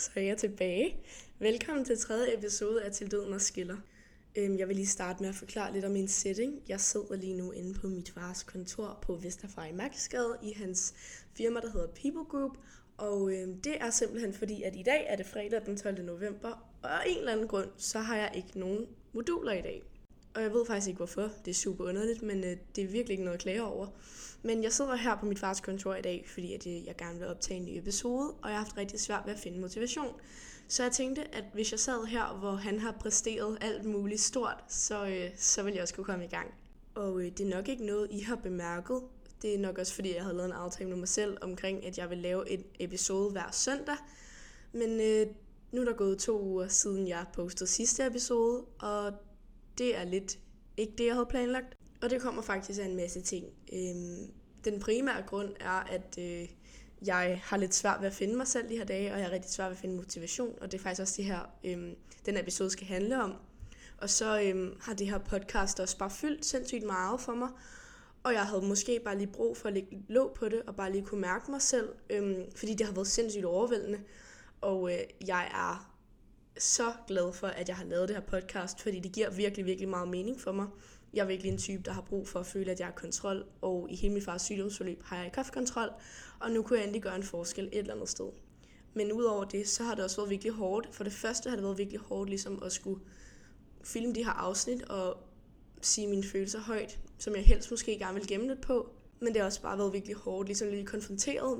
så er jeg tilbage. Velkommen til 3. episode af Til Døden og Skiller. Jeg vil lige starte med at forklare lidt om min setting. Jeg sidder lige nu inde på mit fars kontor på Vesterfar i Mærkesgade i hans firma, der hedder People Group. Og det er simpelthen fordi, at i dag er det fredag den 12. november, og af en eller anden grund, så har jeg ikke nogen moduler i dag. Og jeg ved faktisk ikke hvorfor, det er super underligt, men det er virkelig ikke noget at klage over. Men jeg sidder her på mit fars kontor i dag, fordi at jeg gerne vil optage en ny episode, og jeg har haft rigtig svært ved at finde motivation. Så jeg tænkte, at hvis jeg sad her, hvor han har præsteret alt muligt stort, så ville jeg også kunne komme i gang. Og det er nok ikke noget, I har bemærket. Det er nok også fordi, jeg havde lavet en aftale med mig selv omkring, at jeg vil lave en episode hver søndag. Men nu er der gået 2 uger siden jeg postede sidste episode, og det er lidt ikke det, jeg havde planlagt. Og det kommer faktisk af en masse ting. Den primære grund er, at jeg har lidt svært ved at finde mig selv de her dage, og jeg har rigtig svært ved at finde motivation. Og det er faktisk også det her, den episode skal handle om. Og så har det her podcast også bare fyldt sindssygt meget for mig. Og jeg havde måske bare lige brug for at lægge låg på det, og bare lige kunne mærke mig selv. Fordi det har været sindssygt overvældende. Og jeg er så glad for, at jeg har lavet det her podcast, fordi det giver virkelig, virkelig meget mening for mig. Jeg er virkelig en type, der har brug for at føle, at jeg har kontrol, og i hele min fars sygdomsforløb har jeg ikke haft kontrol, og nu kunne jeg endelig gøre en forskel et eller andet sted. Men udover det, så har det også været virkelig hårdt. For det første har det været virkelig hårdt ligesom at skulle filme de her afsnit og sige mine følelser højt, som jeg helst måske gerne vil gemme lidt på. Men det har også bare været virkelig hårdt, ligesom lidt konfronteret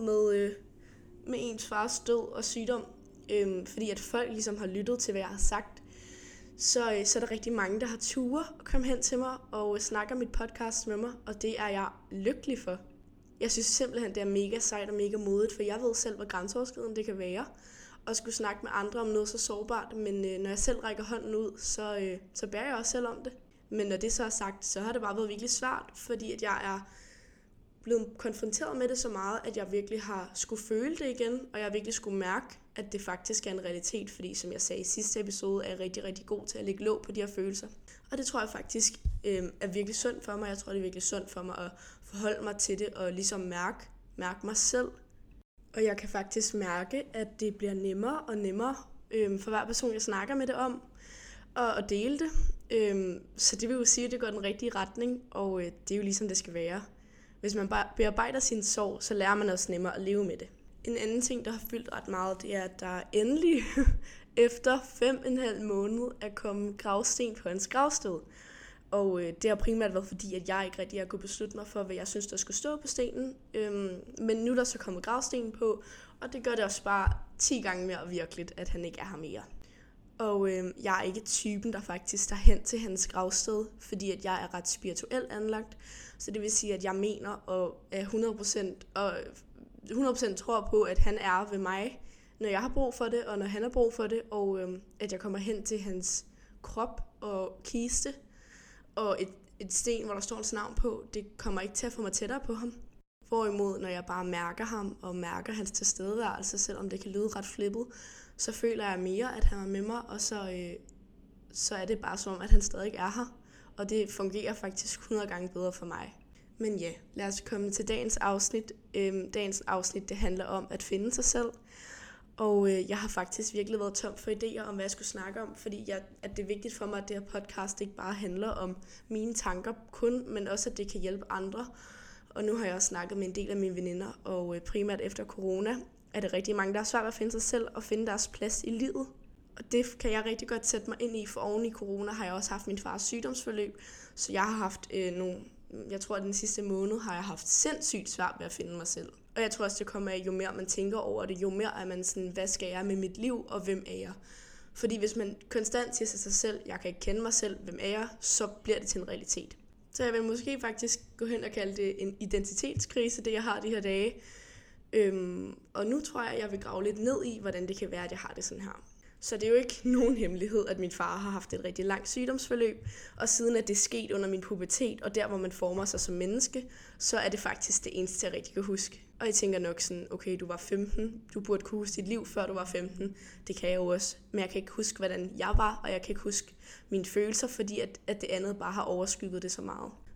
med ens fars død og sygdom. Fordi at folk ligesom har lyttet til, hvad jeg har sagt, så er der rigtig mange, der har ture og komme hen til mig og snakker mit podcast med mig, og det er jeg lykkelig for. Jeg synes simpelthen, det er mega sejt og mega modigt, for jeg ved selv, hvor grænseoverskridende det kan være at skulle snakke med andre om noget så sårbart, men når jeg selv rækker hånden ud, så bærer jeg også selv om det. Men når det så er sagt, så har det bare været virkelig svært, fordi at jeg er blevet konfronteret med det så meget, at jeg virkelig har skulle føle det igen, og jeg virkelig skulle mærke, at det faktisk er en realitet, fordi som jeg sagde i sidste episode, er jeg rigtig, rigtig god til at lægge låg på de her følelser. Og det tror jeg faktisk er virkelig sundt for mig. Jeg tror, det er virkelig sundt for mig at forholde mig til det og ligesom mærke mig selv. Og jeg kan faktisk mærke, at det bliver nemmere og nemmere for hver person, jeg snakker med det om, og dele det. Så det vil jo sige, at det går den rigtige retning, og det er jo ligesom det skal være. Hvis man bare bearbejder sin sorg, så lærer man også nemmere at leve med det. En anden ting, der har fyldt ret meget, det er, at der endelig efter 5,5 måneder er kommet gravsten på hans gravsted. Og det har primært været fordi, at jeg ikke rigtig har kunnet beslutte mig for, hvad jeg synes, der skulle stå på stenen. Men nu er der så kommet gravsten på, og det gør det også bare 10 gange mere virkeligt, at han ikke er her mere. Og jeg er ikke typen, der faktisk tager hen til hans gravsted, fordi at jeg er ret spirituelt anlagt. Så det vil sige, at jeg mener og er 100% tror på, at han er ved mig, når jeg har brug for det, og når han har brug for det, og at jeg kommer hen til hans krop og kiste, og et sten, hvor der står hans navn på, det kommer ikke til at få mig tættere på ham. Hvorimod, når jeg bare mærker ham, og mærker hans tilstedeværelse, selvom det kan lyde ret flippet, så føler jeg mere, at han er med mig, og så er det bare som om, at han stadig er her. Og det fungerer faktisk 100 gange bedre for mig. Men ja, lad os komme til dagens afsnit. Dagens afsnit, det handler om at finde sig selv. Og jeg har faktisk virkelig været tom for idéer om, hvad jeg skulle snakke om, fordi at det er vigtigt for mig, at det her podcast ikke bare handler om mine tanker kun, men også, at det kan hjælpe andre. Og nu har jeg også snakket med en del af mine veninder, og primært efter corona er det rigtig mange, der er svært ved at finde sig selv og finde deres plads i livet. Og det kan jeg rigtig godt sætte mig ind i, for oven i corona har jeg også haft min fars sygdomsforløb, så jeg har haft jeg tror, at den sidste måned har jeg haft sindssygt svært ved at finde mig selv. Og jeg tror også, det kommer af, jo mere man tænker over det, jo mere er man sådan, hvad skal jeg med mit liv, og hvem er jeg? Fordi hvis man konstant siger sig selv, jeg kan ikke kende mig selv, hvem er jeg, så bliver det til en realitet. Så jeg vil måske faktisk gå hen og kalde det en identitetskrise, det jeg har de her dage. Og nu tror jeg vil grave lidt ned i, hvordan det kan være, at jeg har det sådan her. Så det er jo ikke nogen hemmelighed, at min far har haft et rigtig langt sygdomsforløb, og siden at det er sket under min pubertet, og der hvor man former sig som menneske, så er det faktisk det eneste, jeg rigtig kan huske. Og jeg tænker nok sådan, okay, du var 15, du burde kunne huske dit liv, før du var 15. Det kan jeg jo også, men jeg kan ikke huske, hvordan jeg var, og jeg kan ikke huske mine følelser, fordi at det andet bare har overskygget det så meget.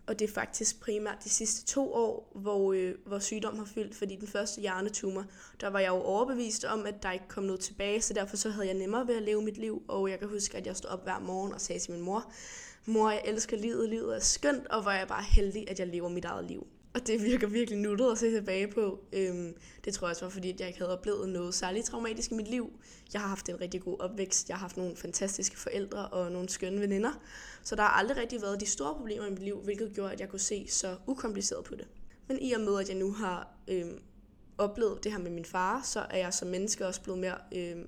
Og det er faktisk primært de sidste 2 år, hvor sygdom har fyldt, fordi den første hjernetumor, der var jeg jo overbevist om, at der ikke kom noget tilbage, så derfor så havde jeg nemmere ved at leve mit liv, og jeg kan huske, at jeg stod op hver morgen og sagde til min mor, jeg elsker livet er skønt, og hvor jeg bare heldig, at jeg lever mit eget liv. Og det virker virkelig nuttet at se tilbage på. Det tror jeg også var, fordi jeg ikke havde oplevet noget særligt traumatisk i mit liv. Jeg har haft en rigtig god opvækst. Jeg har haft nogle fantastiske forældre og nogle skønne veninder. Så der har aldrig rigtig været de store problemer i mit liv, hvilket gjorde, at jeg kunne se så ukompliceret på det. Men i og med, at jeg nu har oplevet det her med min far, så er jeg som menneske også blevet mere...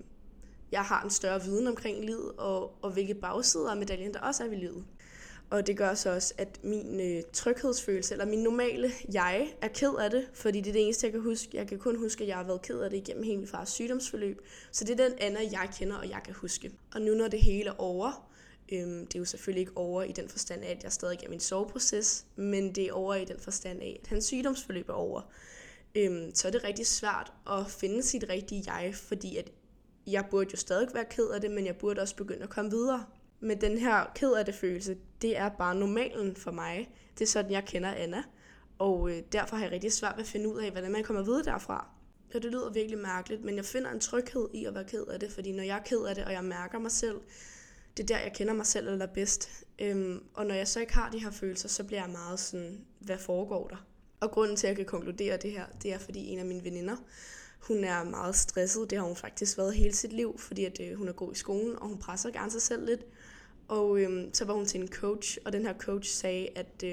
Jeg har en større viden omkring livet, og hvilke bagsider af medaljen der også er ved livet. Og det gør så også, at min tryghedsfølelse, eller min normale jeg, er ked af det, fordi det er det eneste, jeg kan huske. Jeg kan kun huske, at jeg har været ked af det igennem hele min fars sygdomsforløb. Så det er den Anna, jeg kender, og jeg kan huske. Og nu når det hele er over, det er jo selvfølgelig ikke over i den forstand af, at jeg stadig er i min soveproces, men det er over i den forstand af, at hans sygdomsforløb er over. Så er det rigtig svært at finde sit rigtige jeg, fordi at jeg burde jo stadig være ked af det, men jeg burde også begynde at komme videre. Men den her ked af det følelse, det er bare normalen for mig. Det er sådan, jeg kender Anna. Og derfor har jeg rigtig svært ved at finde ud af, hvordan man kommer videre derfra. Og det lyder virkelig mærkeligt, men jeg finder en tryghed i at være ked af det. Fordi når jeg er ked af det, og jeg mærker mig selv, det er der, jeg kender mig selv allerbedst. Og når jeg så ikke har de her følelser, så bliver jeg meget sådan, hvad foregår der? Og grunden til, at jeg kan konkludere det her, det er, fordi en af mine veninder, hun er meget stresset. Det har hun faktisk været hele sit liv, fordi at, hun er god i skolen, og hun presser gerne sig selv lidt. Og så var hun til en coach, og den her coach sagde,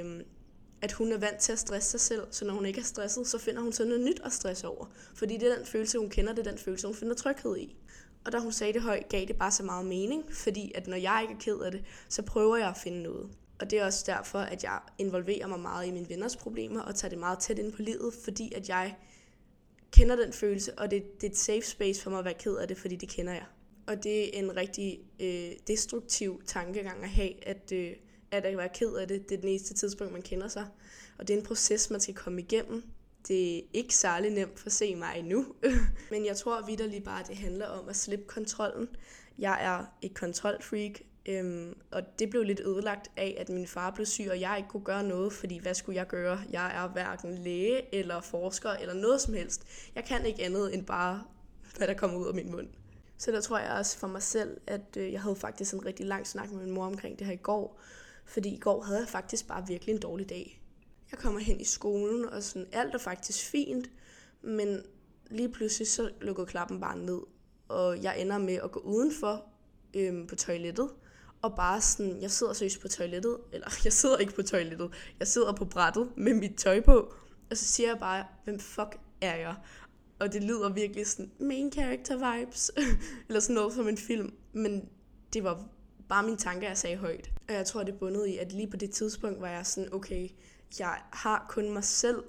at hun er vant til at stresse sig selv, så når hun ikke er stresset, så finder hun sådan noget nyt at stresse over. Fordi det er den følelse, hun kender, det er den følelse, hun finder tryghed i. Og da hun sagde det højt, gav det bare så meget mening, fordi at når jeg ikke er ked af det, så prøver jeg at finde noget. Og det er også derfor, at jeg involverer mig meget i mine venners problemer, og tager det meget tæt ind på livet, fordi at jeg kender den følelse, og det er et safe space for mig at være ked af det, fordi det kender jeg. Og det er en rigtig destruktiv tankegang at have, at være ked af det. Det er den eneste tidspunkt, man kender sig. Og det er en proces, man skal komme igennem. Det er ikke særlig nemt for at se mig endnu. Men jeg tror vitterligt bare, at det handler om at slippe kontrollen. Jeg er et kontrolfreak, og det blev lidt ødelagt af, at min far blev syg, og jeg ikke kunne gøre noget, fordi hvad skulle jeg gøre? Jeg er hverken læge eller forsker eller noget som helst. Jeg kan ikke andet end bare, hvad der kommer ud af min mund. Så der tror jeg også for mig selv, at jeg havde faktisk en rigtig lang snak med min mor omkring det her i går. Fordi i går havde jeg faktisk bare virkelig en dårlig dag. Jeg kommer hen i skolen, og sådan, alt er faktisk fint, men lige pludselig så lukkede klappen bare ned. Og jeg ender med at gå udenfor på toilettet, og bare sådan, jeg sidder seriøst på toilettet, eller jeg sidder ikke på toilettet, jeg sidder på brættet med mit tøj på, og så siger jeg bare, hvem fuck er jeg? Og det lyder virkelig sådan main character vibes, eller sådan noget fra en film, men det var bare mine tanker, jeg sagde højt. Og jeg tror, det bundede i, at lige på det tidspunkt var jeg sådan, okay, jeg har kun mig selv.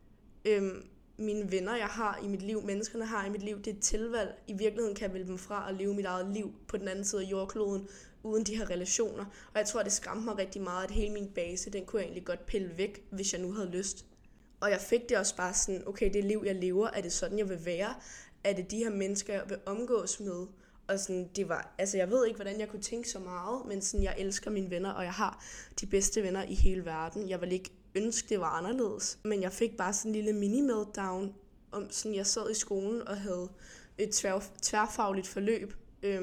Mine venner, jeg har i mit liv, menneskerne har i mit liv, det er et tilvalg. I virkeligheden kan jeg vælge dem fra at leve mit eget liv på den anden side af jordkloden, uden de her relationer. Og jeg tror, det skræmte mig rigtig meget, at hele min base, den kunne jeg egentlig godt pille væk, hvis jeg nu havde lyst. Og jeg fik det også bare sådan, okay, det liv, jeg lever, er det sådan, jeg vil være? Er det de her mennesker, jeg vil omgås med? Og sådan, det var, altså jeg ved ikke, hvordan jeg kunne tænke så meget, men sådan, jeg elsker mine venner, og jeg har de bedste venner i hele verden. Jeg vil ikke ønske, det var anderledes. Men jeg fik bare sådan en lille mini-meltdown, om sådan, jeg sad i skolen og havde et tværfagligt forløb.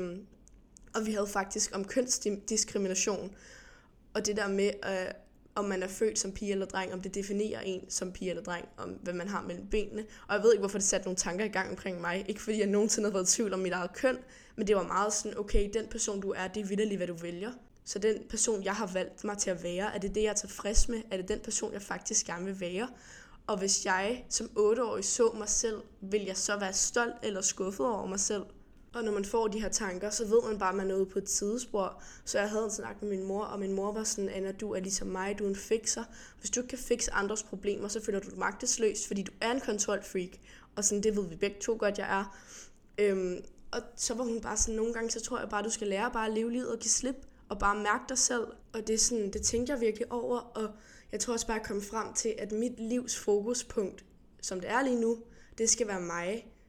Og vi havde faktisk om kønsdiskrimination. Og det der med, om man er født som pige eller dreng, om det definerer en som pige eller dreng, om hvad man har mellem benene. Og jeg ved ikke, hvorfor det satte nogle tanker i gang omkring mig. Ikke fordi jeg nogensinde havde været i tvivl om mit eget køn, men det var meget sådan, okay, den person du er, det er vitterligt, hvad du vælger. Så den person, jeg har valgt mig til at være, er det det, jeg er tilfreds med? Er det den person, jeg faktisk gerne vil være? Og hvis jeg som 8-årig så mig selv, vil jeg så være stolt eller skuffet over mig selv? Og når man får de her tanker, så ved man bare, at man er ude på et sidespor. Så jeg havde en snak med min mor, og min mor var sådan, Anna, du er ligesom mig, du er en fikser. Hvis du ikke kan fikse andres problemer, så føler du dig magtesløs, fordi du er en kontrolfreak. Og sådan, det ved vi begge to godt, jeg er. Og så var hun bare sådan, nogle gange, så tror jeg bare, du skal lære bare at leve livet og give slip, og bare mærke dig selv. Og det er sådan, det tænkte jeg virkelig over, og jeg tror også bare, at jeg kom frem til, at mit livs fokuspunkt, som det er lige nu, det skal være mig.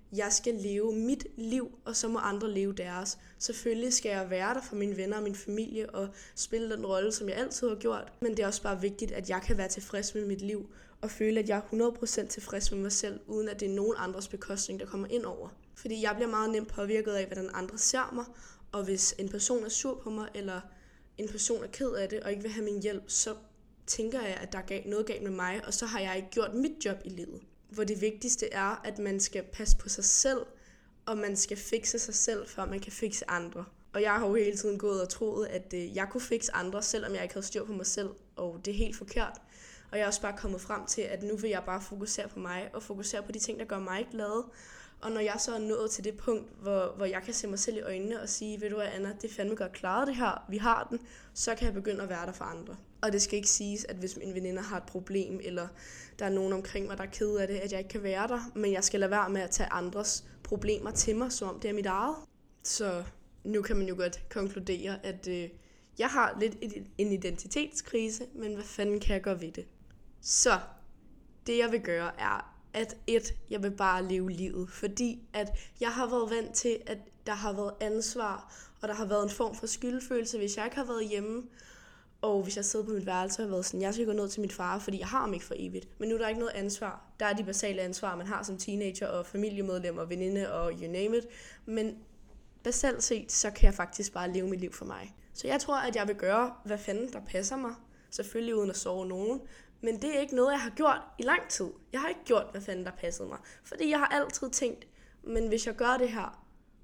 jeg skal leve mit liv, og så må andre leve deres. Selvfølgelig skal jeg være der for mine venner og min familie og spille den rolle, som jeg altid har gjort. Men det er også bare vigtigt, at jeg kan være tilfreds med mit liv og føle, at jeg er 100% tilfreds med mig selv, uden at det er nogen andres bekostning, der kommer ind over. Fordi jeg bliver meget nemt påvirket af, hvordan andre ser mig, og hvis en person er sur på mig, eller en person er ked af det og ikke vil have min hjælp, så tænker jeg, at der er noget galt med mig, og så har jeg ikke gjort mit job i livet. Hvor det vigtigste er, at man skal passe på sig selv, og man skal fikse sig selv, før man kan fikse andre. Og jeg har jo hele tiden gået og troet, at jeg kunne fikse andre, selvom jeg ikke havde styr på mig selv, og det er helt forkert. Og jeg er også bare kommet frem til, at nu vil jeg bare fokusere på mig, og fokusere på de ting, der gør mig glad. Og når jeg så er nået til det punkt, hvor jeg kan se mig selv i øjnene og sige, ved du hvad, Anna, det er fandme godt klaret det her, vi har den, så kan jeg begynde at være der for andre. Og det skal ikke siges, at hvis en veninde har et problem, eller der er nogen omkring mig, der er ked af det, at jeg ikke kan være der, men jeg skal lade være med at tage andres problemer til mig, som om det er mit eget. Så nu kan man jo godt konkludere, at jeg har lidt en identitetskrise, men hvad fanden kan jeg gøre ved det? Så det jeg vil gøre er, at jeg vil bare leve livet, fordi at jeg har været vant til, at der har været ansvar, og der har været en form for skyldfølelse, hvis jeg ikke har været hjemme, og hvis jeg sidder på mit værelse, har jeg været sådan, jeg skal gå ned til min far, fordi jeg har ham ikke for evigt. Men nu er der ikke noget ansvar. Der er de basale ansvar, man har som teenager, og familiemedlemmer, veninde og you name it. Men basalt set, så kan jeg faktisk bare leve mit liv for mig. Så jeg tror, at jeg vil gøre, hvad fanden der passer mig. Selvfølgelig uden at sove nogen. Men det er ikke noget, jeg har gjort i lang tid. Jeg har ikke gjort, hvad fanden der passede mig. Fordi jeg har altid tænkt, men hvis jeg gør det her,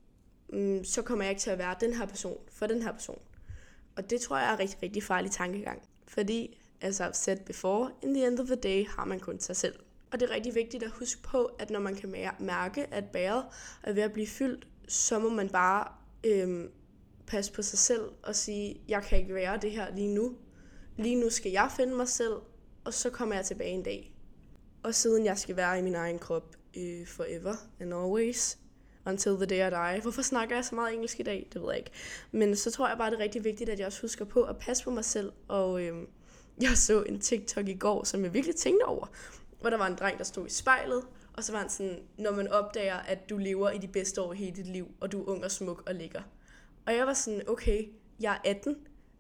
så kommer jeg ikke til at være den her person for den her person. Og det tror jeg er rigtig, rigtig farlig tankegang. Fordi, as I've said before, in the end of the day har man kun sig selv. Og det er rigtig vigtigt at huske på, at når man kan mærke, at bæret er ved at blive fyldt, så må man bare passe på sig selv og sige, jeg kan ikke være det her lige nu. Lige nu skal jeg finde mig selv, og så kommer jeg tilbage en dag. Og siden jeg skal være i min egen krop forever and always, until the day I die. Hvorfor snakker jeg så meget engelsk i dag? Det ved jeg ikke. Men så tror jeg bare, det er rigtig vigtigt, at jeg også husker på at passe på mig selv. Og jeg så en TikTok i går, som jeg virkelig tænkte over. Hvor der var en dreng, der stod i spejlet. Og så var han sådan, når man opdager, at du lever i de bedste år i hele dit liv, og du er ung og smuk og lækker. Og jeg var sådan, okay, jeg er 18.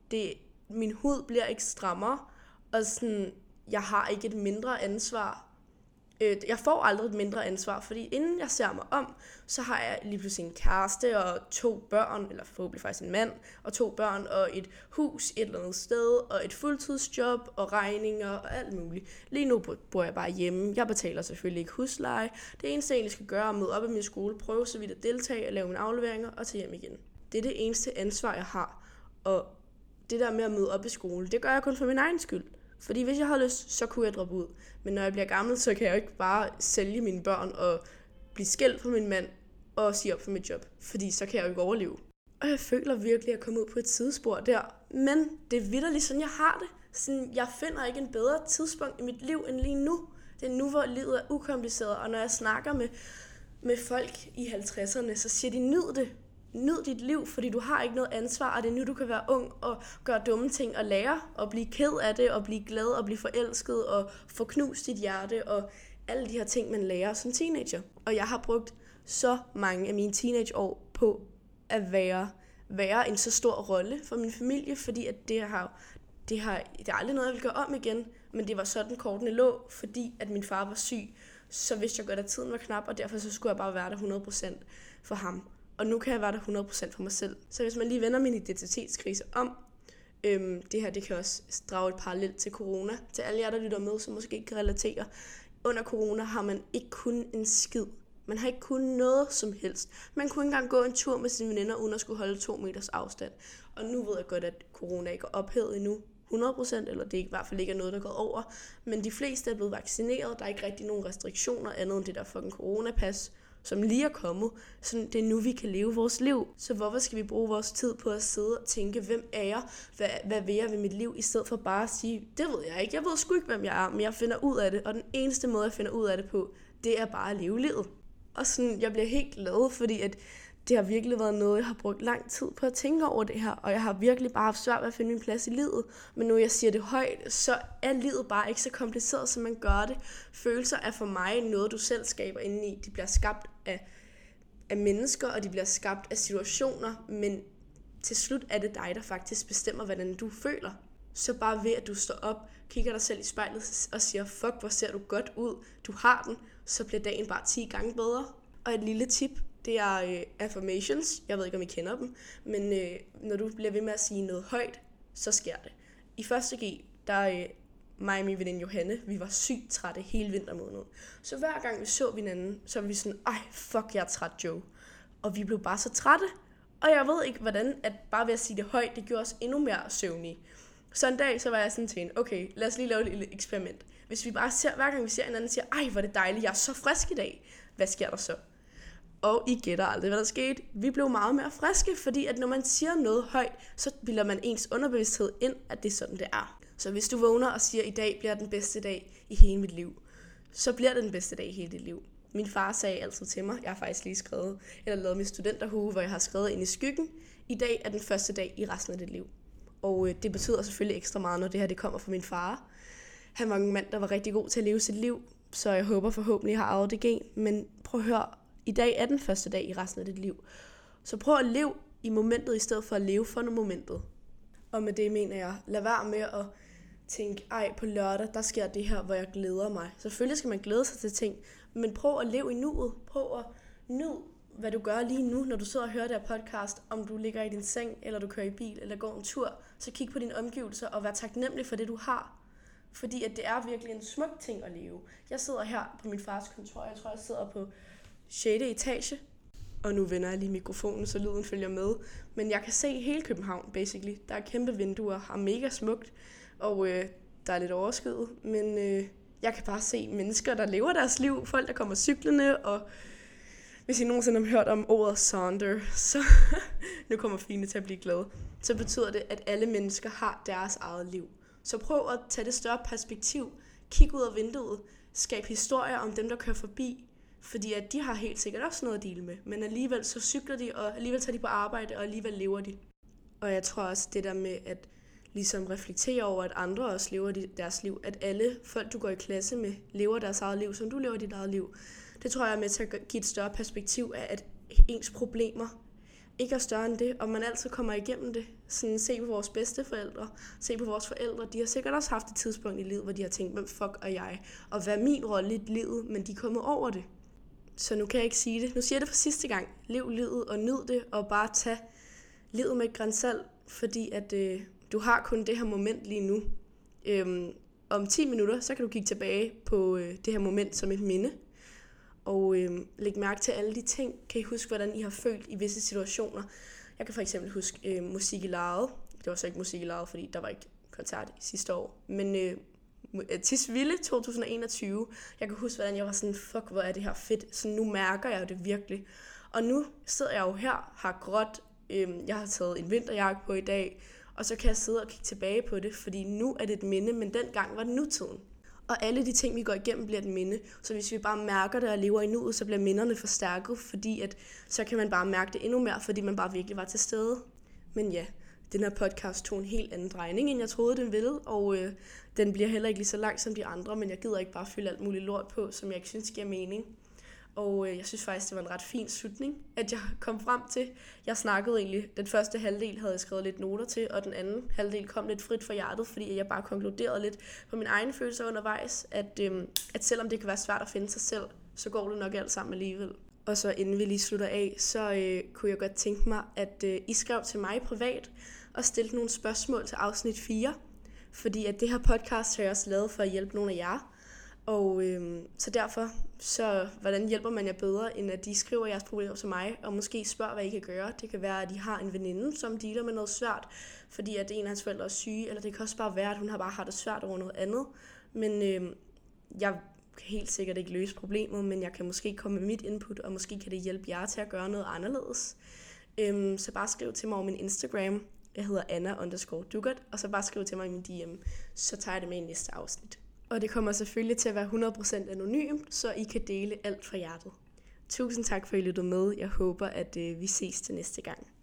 Min hud bliver ikke strammere. Og sådan, jeg har ikke et mindre ansvar. Jeg får aldrig et mindre ansvar, fordi inden jeg ser mig om, så har jeg lige pludselig en kæreste og 2 børn, eller forhåbentlig faktisk en mand, og 2 børn og et hus et eller andet sted, og et fuldtidsjob og regninger og alt muligt. Lige nu bor jeg bare hjemme. Jeg betaler selvfølgelig ikke husleje. Det eneste, jeg egentlig skal gøre, er at møde op i min skole, prøve så vidt at deltage og lave mine afleveringer og tage hjem igen. Det er det eneste ansvar, jeg har. Og det der med at møde op i skole, det gør jeg kun for min egen skyld. Fordi hvis jeg har lyst, så kunne jeg droppe ud. Men når jeg bliver gammel, så kan jeg ikke bare sælge mine børn og blive skilt fra min mand og sige op for mit job. Fordi så kan jeg jo ikke overleve. Og jeg føler virkelig, at jeg kommer ud på et sidespor der. Men det er vitterligt sådan, jeg har det. Sådan, jeg finder ikke en bedre tidspunkt i mit liv end lige nu. Det er nu, hvor livet er ukompliceret. Og når jeg snakker med folk i 50'erne, så siger de, nyd det. Nyd dit liv, fordi du har ikke noget ansvar, og det er nu, du kan være ung og gøre dumme ting og lære, og blive ked af det, og blive glad, og blive forelsket, og få knust dit hjerte, og alle de her ting, man lærer som teenager. Og jeg har brugt så mange af mine teenageår på at være en så stor rolle for min familie, fordi at det er aldrig noget, jeg vil gøre om igen, men det var sådan kortene lå, fordi at min far var syg, så vidste jeg godt, at tiden var knap, og derfor så skulle jeg bare være der 100% for ham. Og nu kan jeg være der 100% for mig selv. Så hvis man lige vender min identitetskrise om, det her det kan også drage et parallelt til corona. Til alle jer, der lytter med, som måske ikke kan relatere. Under corona har man ikke kun en skid. Man har ikke kun noget som helst. Man kunne ikke engang gå en tur med sine veninder, uden at skulle holde 2 meters afstand. Og nu ved jeg godt, at corona ikke er ophævet endnu. 100%, eller det i hvert fald ikke er noget, der går over. Men de fleste er blevet vaccineret. Der er ikke rigtig nogen restriktioner andet end det der fucking coronapas, som lige er kommet. Så det er nu, vi kan leve vores liv. Så hvorfor skal vi bruge vores tid på at sidde og tænke, hvem er jeg? Hvad vil jeg ved mit liv? I stedet for bare at sige, det ved jeg ikke. Jeg ved sgu ikke, hvem jeg er, men jeg finder ud af det. Og den eneste måde, jeg finder ud af det på, det er bare at leve livet. Og sådan, jeg bliver helt glad, fordi at det har virkelig været noget, jeg har brugt lang tid på at tænke over det her. Og jeg har virkelig bare haft svært ved at finde min plads i livet. Men nu jeg siger det højt, så er livet bare ikke så kompliceret, som man gør det. Følelser er for mig noget, du selv skaber indeni. De bliver skabt af mennesker, og de bliver skabt af situationer, men til slut er det dig, der faktisk bestemmer, hvordan du føler. Så bare ved, at du står op, kigger dig selv i spejlet og siger, fuck, hvor ser du godt ud, du har den, så bliver dagen bare 10 gange bedre. Og et lille tip, det er affirmations. Jeg ved ikke, om I kender dem, men når du bliver ved med at sige noget højt, så sker det. I 1.G, der mig og min veninde Johanne, vi var sygt trætte hele vintermåneden. Så hver gang vi så hinanden, så var vi sådan, ej, fuck, jeg er træt, Joe. Og vi blev bare så trætte. Og jeg ved ikke, hvordan, at bare ved at sige det højt, det gjorde os endnu mere søvnige. Så en dag, så var jeg sådan til hende, okay, lad os lige lave et lille eksperiment. Hvis vi bare ser, hver gang vi ser hinanden, siger, ej, hvor er det dejligt, jeg er så frisk i dag. Hvad sker der så? Og I gætter aldrig, hvad der skete. Vi blev meget mere friske, fordi at når man siger noget højt, så bilder man ens underbevidsthed ind, at det er sådan, det er. Så hvis du vågner og siger, at i dag bliver den bedste dag i hele mit liv, så bliver det den bedste dag i hele dit liv. Min far sagde altid til mig, jeg har faktisk lige lavet min studenterhue, hvor jeg har skrevet ind i skyggen, i dag er den første dag i resten af dit liv. Og det betyder selvfølgelig ekstra meget, når det her det kommer fra min far. Han var en mand, der var rigtig god til at leve sit liv, så jeg håber forhåbentlig, jeg har arvet det gen. Men prøv at høre, i dag er den første dag i resten af dit liv. Så prøv at leve i momentet, i stedet for at leve for momentet. Og med det mener jeg, lad være med at tænke, ej, på lørdag, der sker det her, hvor jeg glæder mig. Selvfølgelig skal man glæde sig til ting, men prøv at leve i nuet. Prøv at nyde, hvad du gør lige nu, når du sidder og hører det her podcast. Om du ligger i din seng, eller du kører i bil, eller går en tur, så kig på dine omgivelser og vær taknemmelig for det, du har. Fordi at det er virkelig en smuk ting at leve. Jeg sidder her på min fars kontor, jeg tror, jeg sidder på 6. etage. Og nu vender jeg lige mikrofonen, så lyden følger med. Men jeg kan se hele København, basically. Der er kæmpe vinduer, har mega smukt, og der er lidt overskyet. Men jeg kan bare se mennesker, der lever deres liv, folk, der kommer cyklende, og hvis I nogensinde har hørt om ordet Sonder, så nu kommer Fine til at blive glad, så betyder det, at alle mennesker har deres eget liv. Så prøv at tage det større perspektiv, kig ud af vinduet, skab historier om dem, der kører forbi, fordi at de har helt sikkert også noget at dele med, men alligevel så cykler de, og alligevel tager de på arbejde, og alligevel lever de. Og jeg tror også det der med at ligesom reflektere over, at andre også lever deres liv, at alle folk, du går i klasse med, lever deres eget liv, som du lever dit eget liv. Det tror jeg er med til at give et større perspektiv af, at ens problemer ikke er større end det, og man altid kommer igennem det. Sådan, se på vores bedsteforældre, se på vores forældre. De har sikkert også haft et tidspunkt i livet, hvor de har tænkt, hvem fuck er jeg? Og hvad er min rolle i livet? Men de er kommet over det. Så nu kan jeg ikke sige det. Nu siger jeg det for sidste gang. Lev livet og nyd det, og bare tag livet med et gran salt, fordi at du har kun det her moment lige nu. Om 10 minutter, så kan du kigge tilbage på det her moment som et minde. Og læg mærke til alle de ting. Kan I huske, hvordan I har følt i visse situationer? Jeg kan for eksempel huske musik i lejet. Det var så ikke musik i lejet, fordi der var ikke koncert sidste år. Men Tisvilde 2021. Jeg kan huske, hvordan jeg var sådan, fuck, hvor er det her fedt. Så nu mærker jeg det virkelig. Og nu sidder jeg jo her, har gråt. Jeg har taget en vinterjakke på i dag. Og så kan jeg sidde og kigge tilbage på det, fordi nu er det et minde, men dengang var det nutiden. Og alle de ting, vi går igennem, bliver et minde. Så hvis vi bare mærker det og lever i nuet, så bliver minderne forstærket, fordi at, så kan man bare mærke det endnu mere, fordi man bare virkelig var til stede. Men ja, den her podcast tog en helt anden drejning, end jeg troede, den ville. Og den bliver heller ikke lige så lang som de andre, men jeg gider ikke bare fylde alt muligt lort på, som jeg ikke synes giver mening. Og jeg synes faktisk, det var en ret fin slutning, at jeg kom frem til. Jeg snakkede egentlig, den første halvdel havde jeg skrevet lidt noter til, og den anden halvdel kom lidt frit fra hjertet, fordi jeg bare konkluderede lidt på mine egne følelser undervejs, at selvom det kan være svært at finde sig selv, så går det nok alt sammen alligevel. Og så inden vi lige slutter af, så kunne jeg godt tænke mig, at I skrev til mig privat og stillede nogle spørgsmål til afsnit 4, fordi at det her podcast har jeg også lavet for at hjælpe nogle af jer. Og så derfor, så hvordan hjælper man jer bedre, end at de skriver jeres problemer til mig, og måske spørger, hvad I kan gøre. Det kan være, at de har en veninde, som dealer med noget svært, fordi at en af hans forældre er syge, eller det kan også bare være, at hun bare har det svært over noget andet. Men jeg kan helt sikkert ikke løse problemet, men jeg kan måske komme med mit input, og måske kan det hjælpe jer til at gøre noget anderledes. Så bare skriv til mig over min Instagram. Jeg hedder Anna_Dugat, og så bare skriv til mig i min DM, så tager jeg det med i næste afsnit. Og det kommer selvfølgelig til at være 100% anonymt, så I kan dele alt fra hjertet. Tusind tak for, at I lyttede med. Jeg håber, at vi ses til næste gang.